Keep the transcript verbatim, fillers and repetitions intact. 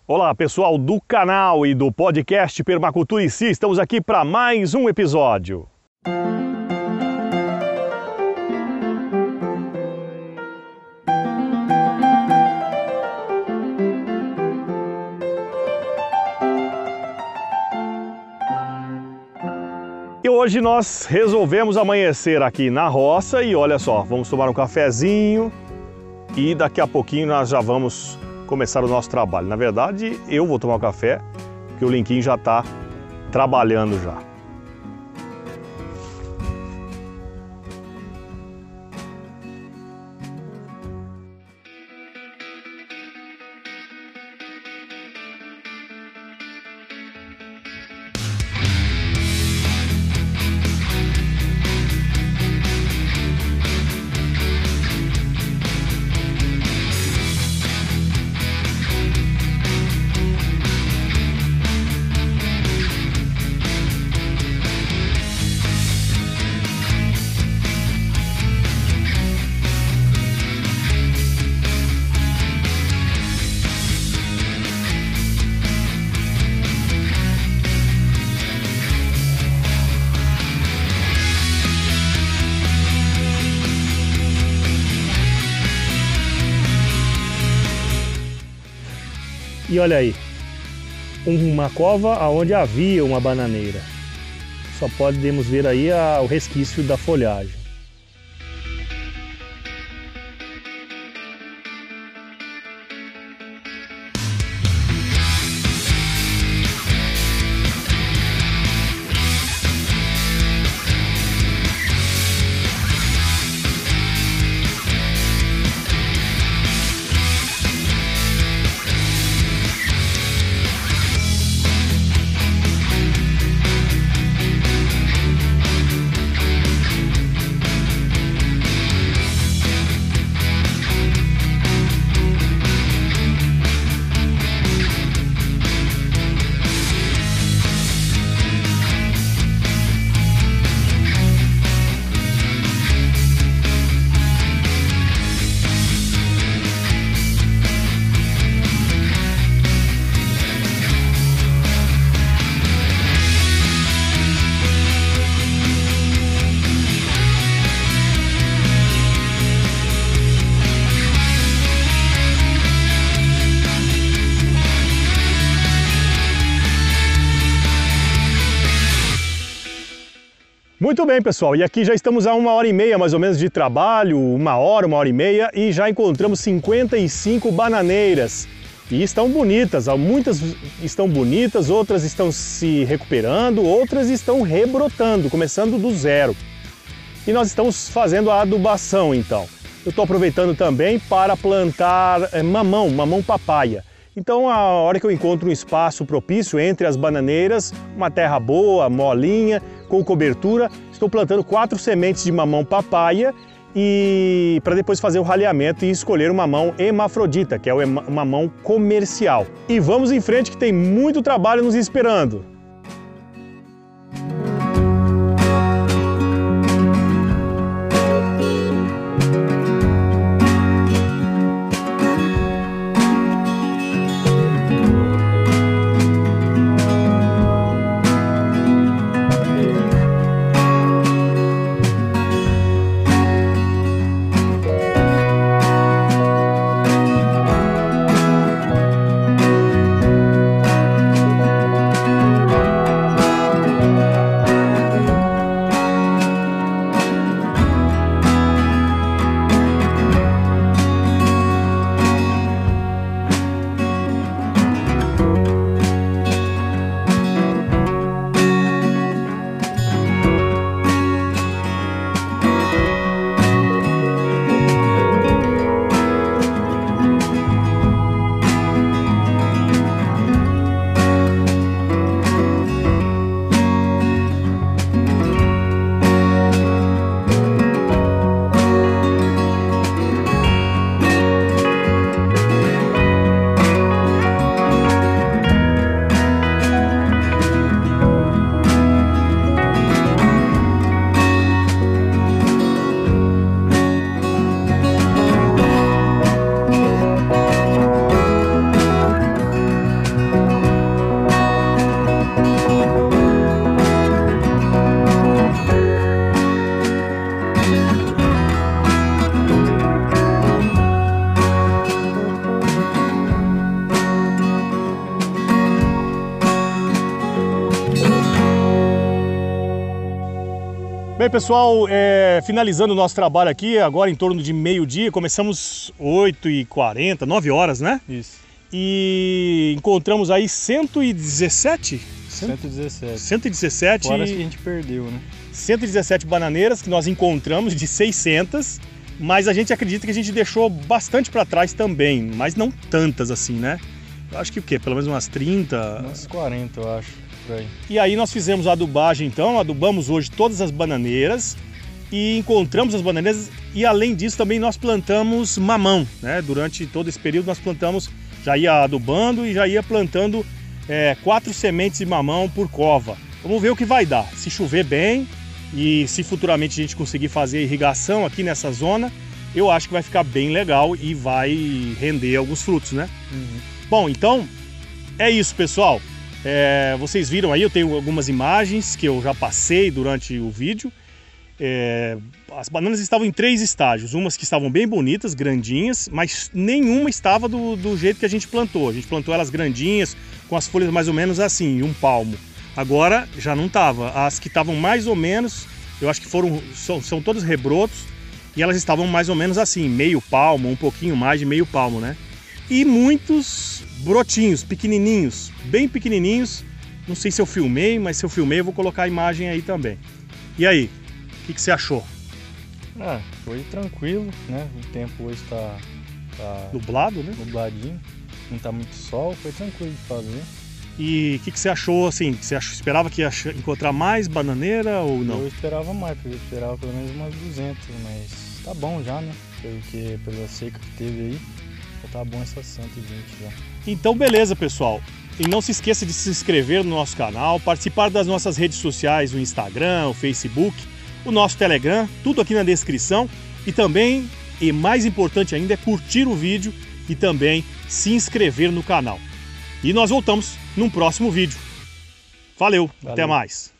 Olá pessoal do canal e do podcast Permacultura e Si, estamos aqui para mais um episódio. E hoje nós resolvemos amanhecer aqui na roça e olha só, vamos tomar um cafezinho e daqui a pouquinho nós já vamos começar o nosso trabalho. Na verdade, eu vou tomar um café, porque o Linquinho já está trabalhando já. E olha aí, uma cova onde havia uma bananeira. Só podemos ver aí a, o resquício da folhagem. Muito bem, pessoal, e aqui já estamos a uma hora e meia mais ou menos de trabalho, uma hora, uma hora e meia, e já encontramos cinquenta e cinco bananeiras. E estão bonitas, muitas estão bonitas, outras estão se recuperando, outras estão rebrotando, começando do zero. E nós estamos fazendo a adubação, então. Eu estou aproveitando também para plantar é, mamão, mamão papaya. Então, a hora que eu encontro um espaço propício entre as bananeiras, uma terra boa, molinha, com cobertura, estou plantando quatro sementes de mamão papaya e para depois fazer o ralhamento e escolher o mamão hermafrodita, que é o mamão comercial. E vamos em frente que tem muito trabalho nos esperando. Bem, pessoal, é, finalizando o nosso trabalho aqui, agora em torno de meio-dia, começamos oito e quarenta, nove horas, né? Isso. E encontramos aí cento e dezessete? cento e dezessete. cento e dezessete. Fora que a gente perdeu, né? cento e dezessete bananeiras que nós encontramos de seiscentas, mas a gente acredita que a gente deixou bastante para trás também, mas não tantas assim, né? Eu acho que o quê? Pelo menos umas trinta? Umas quarenta, eu acho, por aí. E aí nós fizemos a adubagem então, adubamos hoje todas as bananeiras e encontramos as bananeiras e além disso também nós plantamos mamão, né? Durante todo esse período nós plantamos, já ia adubando e já ia plantando é, quatro sementes de mamão por cova. Vamos ver o que vai dar, se chover bem e se futuramente a gente conseguir fazer irrigação aqui nessa zona, eu acho que vai ficar bem legal e vai render alguns frutos, né? Uhum. Bom, então é isso, pessoal. É, vocês viram aí, eu tenho algumas imagens que eu já passei durante o vídeo. É, as bananas estavam em três estágios, umas que estavam bem bonitas, grandinhas, mas nenhuma estava do, do jeito que a gente plantou. A gente plantou elas grandinhas, com as folhas mais ou menos assim, um palmo. Agora já não estava. As que estavam mais ou menos, eu acho que foram, são, são todos rebrotos, e elas estavam mais ou menos assim, meio palmo, um pouquinho mais de meio palmo, né? E muitos brotinhos, pequenininhos, bem pequenininhos. Não sei se eu filmei, mas se eu filmei eu vou colocar a imagem aí também. E aí, o que, que você achou? Ah, foi tranquilo, né? O tempo hoje está tá Nublado, né? nubladinho, não tá muito sol, foi tranquilo de fazer. E o que, que você achou, assim, você achou, esperava que ia encontrar mais bananeira ou não? Eu esperava mais, porque eu esperava pelo menos umas duzentas, mas tá bom já, né? Porque pela seca que teve aí, já tá bom essas cento e vinte já. Então beleza, pessoal. E não se esqueça de se inscrever no nosso canal, participar das nossas redes sociais, o Instagram, o Facebook, o nosso Telegram, tudo aqui na descrição. E também, e mais importante ainda, é curtir o vídeo e também se inscrever no canal. E nós voltamos num próximo vídeo. Valeu, Valeu. Até mais!